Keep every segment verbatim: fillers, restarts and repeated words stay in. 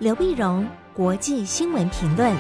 刘必荣国际新闻评论。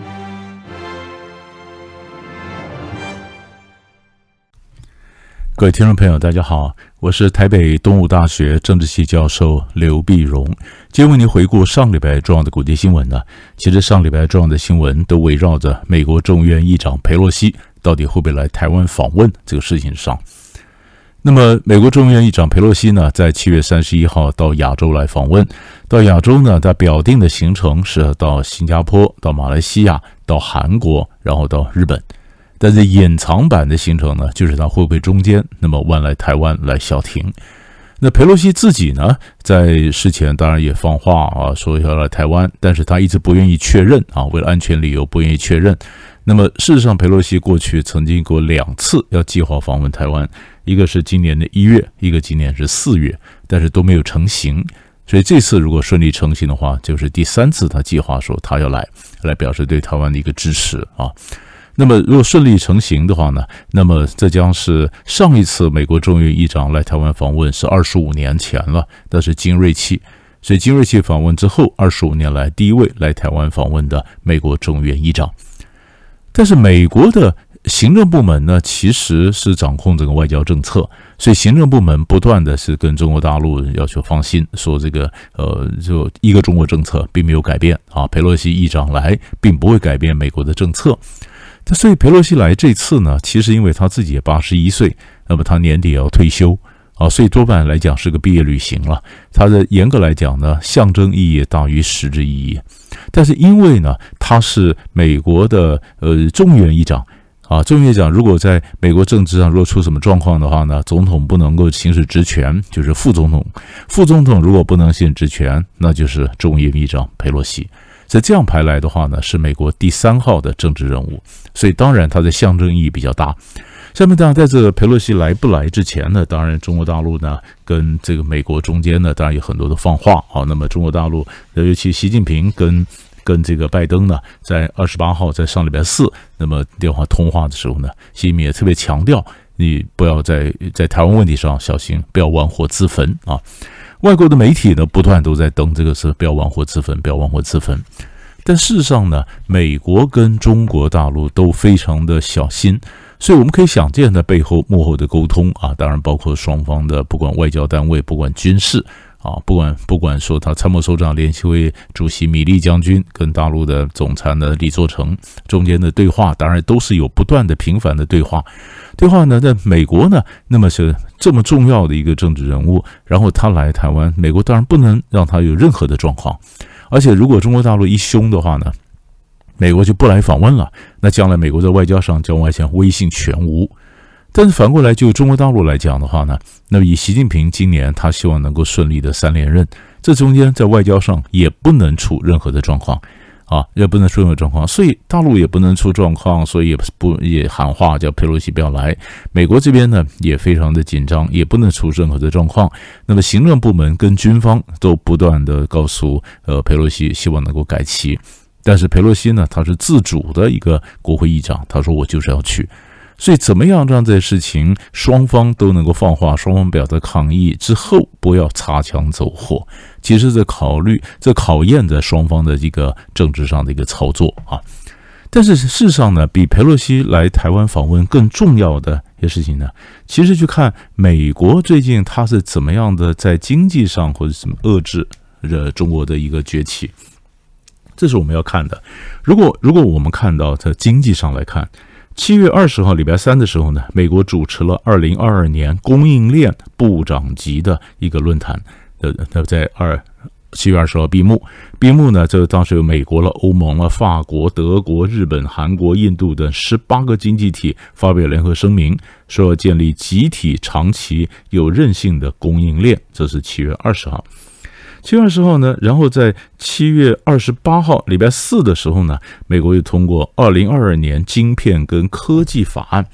各位听众朋友大家好，我是台北东吴大学政治系教授刘必荣。今天为您回顾上礼拜重要的国际新闻呢，其实上礼拜重要的新闻都围绕着美国众议院议长裴洛西到底会不会来台湾访问这个事情上。那么美国众议院议长裴洛西呢，在七月三十一号到亚洲来访问，到亚洲呢，他表定的行程是到新加坡、到马来西亚、到韩国，然后到日本。但是隐藏版的行程呢，就是他会不会中间那么弯来台湾来消停。那裴洛西自己呢，在事前当然也放话啊，说要来台湾，但是他一直不愿意确认啊，为了安全理由不愿意确认。那么事实上，裴洛西过去曾经过两次要计划访问台湾，一个是今年的一月，一个今年是四月，但是都没有成行。所以这次如果顺利成行的话，就是第三次他计划说他要来，来表示对台湾的一个支持啊。那么如果顺利成行的话呢，那么这将是上一次美国众议院议长来台湾访问是二十五年前了，那是金瑞气。所以金瑞气访问之后，二十五年来第一位来台湾访问的美国众议院议长。但是美国的行政部门呢，其实是掌控整个外交政策，所以行政部门不断的是跟中国大陆要求放心，说这个呃，就一个中国政策并没有改变啊，裴洛西议长来并不会改变美国的政策。所以裴洛西来这次呢，其实因为他自己也八十一岁，那么他年底也要退休啊，所以多半来讲是个毕业旅行了。他的严格来讲呢，象征意义大于实质意义。但是因为呢，他是美国的呃众议院议长啊，众议院议长如果在美国政治上若出什么状况的话呢，总统不能够行使职权，就是副总统。副总统如果不能行使职权，那就是众议院议长裴洛西。所以这样排来的话呢，是美国第三号的政治人物，所以当然它的象征意义比较大。下面当然在这个裴洛西来不来之前呢，当然中国大陆呢跟这个美国中间呢，当然有很多的放话啊。那么中国大陆尤其习近平跟跟这个拜登呢，在二十八号在上礼拜四，那么电话通话的时候呢，习近平也特别强调，你不要在在台湾问题上小心，不要玩火自焚啊。外国的媒体呢，不断都在登这个是不要玩火自焚，不要玩火自焚。但事实上呢，美国跟中国大陆都非常的小心，所以我们可以想见在背后幕后的沟通啊，当然包括双方的不管外交单位，不管军事啊，不管不管说他参谋首长联席会主席米利将军跟大陆的总参的李作成中间的对话，当然都是有不断的频繁的对话。对话呢，在美国呢，那么是这么重要的一个政治人物，然后他来台湾，美国当然不能让他有任何的状况。而且如果中国大陆一凶的话呢，美国就不来访问了，那将来美国在外交上将外向威信全无。但是反过来就中国大陆来讲的话呢，那么以习近平今年他希望能够顺利的三连任，这中间在外交上也不能出任何的状况啊，也不能出任何状况，所以大陆也不能出状况，所以也不也喊话叫裴洛西不要来。美国这边呢也非常的紧张，也不能出任何的状况。那么行政部门跟军方都不断的告诉呃裴洛西，希望能够改期。但是裴洛西呢，他是自主的一个国会议长，他说我就是要去。所以怎么样让这些事情双方都能够放话，双方表达抗议之后不要擦枪走火，其实这考虑这考验着双方的一个政治上的一个操作啊。但是事实上呢，比裴洛西来台湾访问更重要的一些事情呢，其实去看美国最近它是怎么样的在经济上或者怎么遏制着中国的一个崛起，这是我们要看的。如果如果我们看到在经济上来看，七月二十号礼拜三的时候呢，美国主持了二零二二年供应链部长级的一个论坛，呃，在二七月二十号闭幕。闭幕呢，这当时有美国了、欧盟了、法国、德国、日本、韩国、印度等十八个经济体发表联合声明，说要建立集体、长期、有韧性的供应链。这是七月二十号。七月二十号呢，然后在七月二十八号礼拜四的时候呢，美国又通过二零二二年晶片跟科技法案。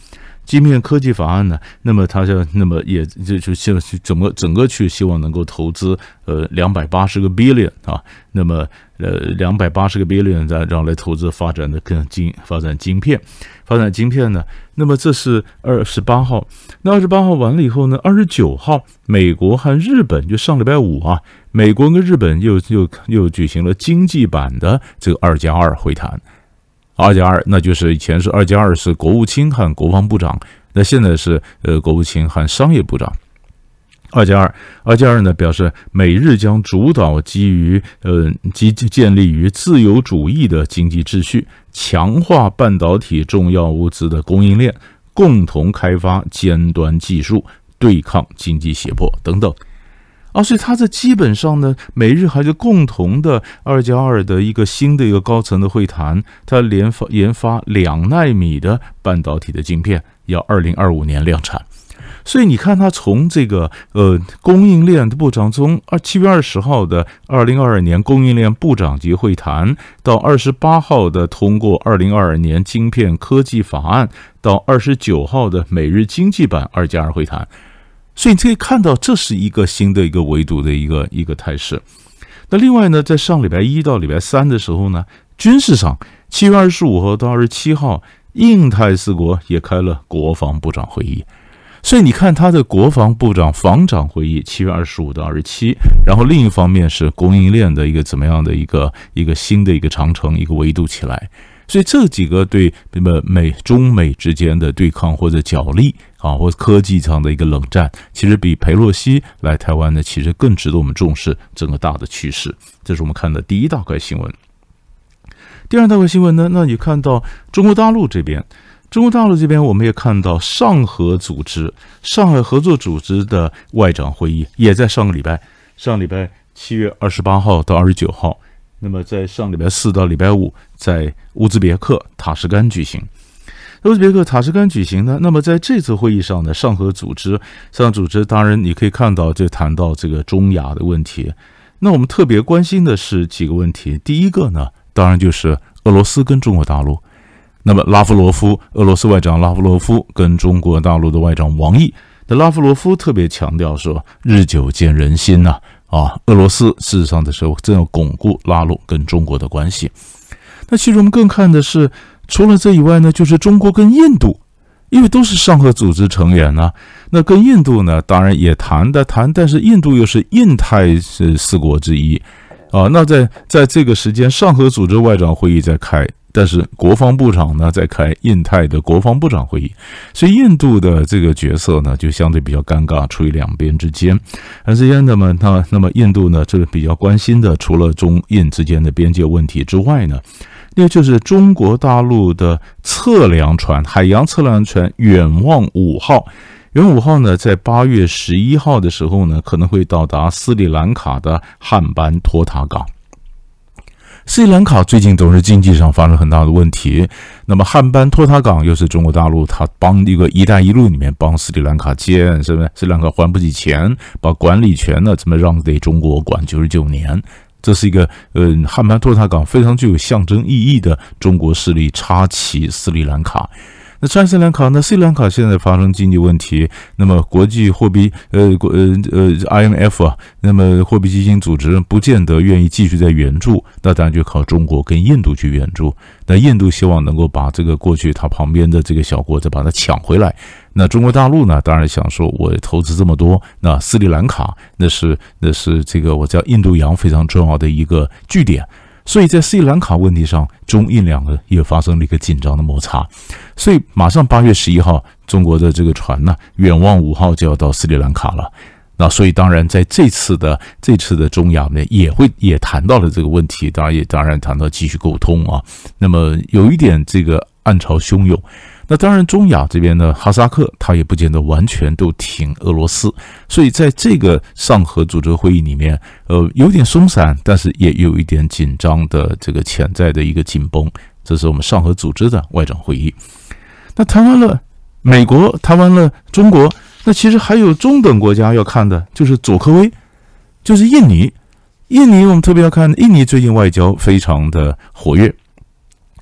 晶片科技法案呢，那么他就那么也就就希望整个整个去希望能够投资呃两百八十个 billion 啊，那么呃两百八十个 billion 然后来投资发展的更晶发展晶片，发展晶片呢，那么这是二十八号，那二十八号完了以后呢，二十九号美国和日本就上礼拜五啊，美国跟日本又又又举行了经济版的这个二加二会谈。二加二，那就是以前是二加二是国务卿和国防部长，那现在是呃国务卿和商业部长。二加二，二加二呢表示美日将主导基于呃基建立于自由主义的经济秩序，强化半导体重要物资的供应链，共同开发尖端技术，对抗经济胁迫等等。啊，所以它这基本上呢，美日还是共同的二加二的一个新的一个高层的会谈，它研发研发两奈米的半导体的晶片，要二零二五年量产。所以你看，它从这个呃供应链的部长，从七月二十号的二零二二年供应链部长级会谈，到二十八号的通过二零二二年晶片科技法案，到二十九号的美日经济版二加二会谈。所以你可以看到，这是一个新的一个维度的一个一个态势。那另外呢，在上礼拜一到礼拜三的时候呢，军事上七月二十五号到二十七号，印太四国也开了国防部长会议。所以你看，他的国防部长防长会议七月二十五到二十七，然后另一方面是供应链的一个怎么样的一个一个新的一个长程一个维度起来。所以这几个对美中美之间的对抗或者角力啊，或者科技上的一个冷战，其实比裴洛西来台湾呢，其实更值得我们重视整个大的趋势。这是我们看的第一大块新闻。第二大块新闻呢，那你看到中国大陆这边，中国大陆这边我们也看到上合组织、上海合作组织的外长会议也在上个礼拜，上礼拜七月二十八号到二十九号。那么在上礼拜四到礼拜五，在乌兹别克塔什干举行。乌兹别克塔什干举行呢，那么在这次会议上呢，上合组织，上合组织当然你可以看到，就谈到这个中亚的问题。那我们特别关心的是几个问题。第一个呢，当然就是俄罗斯跟中国大陆。那么拉夫罗夫，俄罗斯外长拉夫罗夫跟中国大陆的外长王毅，那拉夫罗夫特别强调说，日久见人心呐、啊。啊，俄罗斯事实上的时候正要巩固拉拢跟中国的关系。那其实我们更看的是，除了这以外呢，就是中国跟印度，因为都是上合组织成员呢、啊。那跟印度呢，当然也谈的谈，但是印度又是印太是四国之一啊。那在在这个时间，上合组织外长会议在开。但是国防部长呢在开印太的国防部长会议，所以印度的这个角色呢就相对比较尴尬，处于两边之间。而之间那么那那么印度呢，这个比较关心的，除了中印之间的边界问题之外呢，那就是中国大陆的测量船，海洋测量船远望五号。远望五号呢，在八月十一号的时候呢，可能会到达斯里兰卡的汉班托塔港。斯里兰卡最近总是经济上发生很大的问题，那么汉班托塔港又是中国大陆他帮一个一带一路里面帮斯里兰卡建，是不是？斯里兰卡还不起钱，把管理权呢怎么让给中国管九十九年，这是一个呃汉班托塔港非常具有象征意义的中国势力插旗斯里兰卡。那在斯里兰卡呢？斯里兰卡现在发生经济问题，那么国际货币呃呃呃 I M F 啊，那么货币基金组织不见得愿意继续在援助，那当然就靠中国跟印度去援助。那印度希望能够把这个过去它旁边的这个小国再把它抢回来。那中国大陆呢，当然想说，我投资这么多，那斯里兰卡那是那是这个我叫印度洋非常重要的一个据点。所以在斯里兰卡问题上，中印两个也发生了一个紧张的摩擦，所以马上八月十一号，中国的这个船呢，远望五号就要到斯里兰卡了。那所以当然在这次的这次的中亚呢，也会也谈到了这个问题，当然也当然谈到继续沟通啊。那么有一点这个暗潮汹涌。那当然，中亚这边呢，哈萨克他也不见得完全都挺俄罗斯，所以在这个上合组织会议里面，呃，有点松散，但是也有一点紧张的这个潜在的一个紧绷。这是我们上合组织的外长会议。那谈完了美国，谈完了中国，那其实还有中等国家要看的，就是佐科威，就是印尼。印尼我们特别要看，印尼最近外交非常的活跃。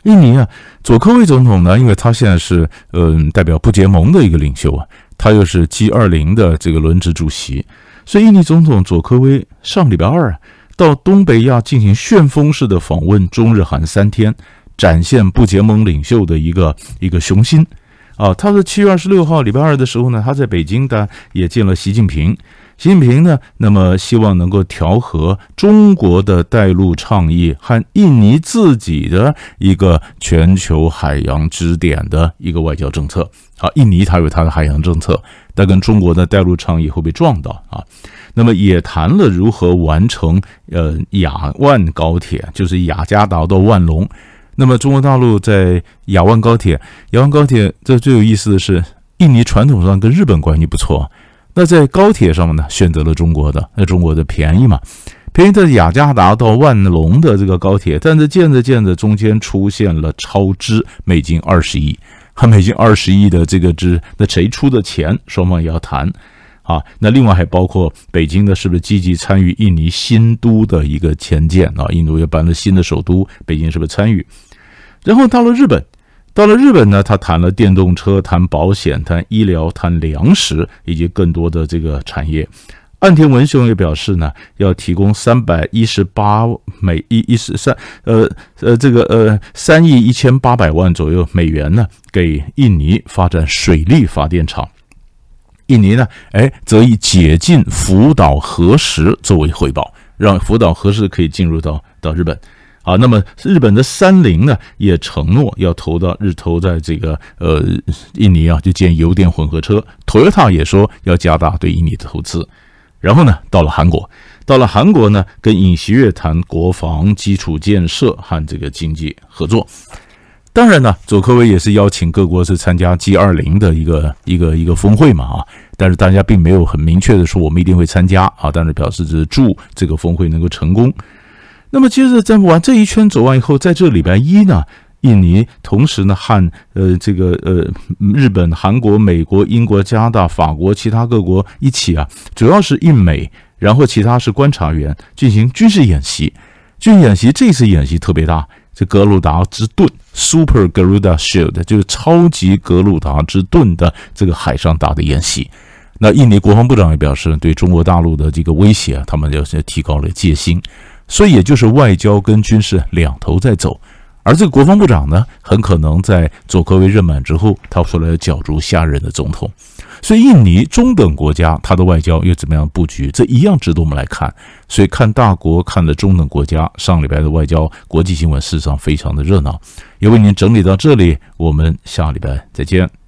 印尼啊，佐科威总统呢，因为他现在是嗯、呃、代表不结盟的一个领袖啊，他又是 G 二十 的这个轮值主席，所以印尼总统佐科威上礼拜二啊，到东北亚进行旋风式的访问中日韩三天，展现不结盟领袖的一个一个雄心啊。他是七月二十六号礼拜二的时候呢，他在北京的也见了习近平。习近平呢，那么希望能够调和中国的带陆倡议和印尼自己的一个全球海洋支点的一个外交政策。啊，印尼它有它的海洋政策，但跟中国的带陆倡议会被撞到啊。那么也谈了如何完成呃雅万高铁，就是雅加达到万隆。那么中国大陆在雅万高铁，雅万高铁这最有意思的是，印尼传统上跟日本关系不错。那在高铁上面呢，选择了中国的，那中国的便宜嘛，便宜在雅加达到万隆的这个高铁，但是建着建着中间出现了超支美金二十亿，和美金二十亿的这个支，那谁出的钱，双方也要谈啊。那另外还包括北京呢，是不是积极参与印尼新都的一个迁建啊？印度也搬了新的首都，北京是不是参与？然后到了日本。到了日本呢，他谈了电动车，谈保险，谈医疗，谈粮食，以及更多的这个产业。岸田文雄也表示呢，要提供三百一十八美一一十三呃呃这个呃三亿一千八百万左右美元呢，给印尼发展水力发电厂。印尼呢，哎，则以解禁福岛核食作为回报，让福岛核食可以进入到到日本。啊，那么日本的三菱呢，也承诺要投到日投在这个呃印尼啊，就建油电混合车。Toyota 也说要加大对印尼的投资。然后呢，到了韩国，到了韩国呢，跟尹锡悦谈国防基础建设和这个经济合作。当然呢，佐科威也是邀请各国是参加 G 二十 的一个一个一个峰会嘛啊，但是大家并没有很明确的说我们一定会参加啊，但是表示是祝这个峰会能够成功。那么接着在完这一圈走完以后，在这个礼拜一呢，印尼同时呢和呃这个呃日本、韩国、美国、英国、加拿大、法国其他各国一起啊，主要是印美，然后其他是观察员进行军事演习。军事演习这次演习特别大，这格鲁达之盾 Super Garuda Shield 就是超级格鲁达之盾的这个海上大的演习。那印尼国防部长也表示，对中国大陆的这个威胁啊，他们就是提高了戒心。所以也就是外交跟军事两头在走，而这个国防部长呢，很可能在佐科威任满之后，他出来角逐下任的总统。所以印尼中等国家它的外交又怎么样布局，这一样值得我们来看。所以看大国，看的中等国家，上礼拜的外交国际新闻事实上非常的热闹。也为您整理到这里，我们下礼拜再见。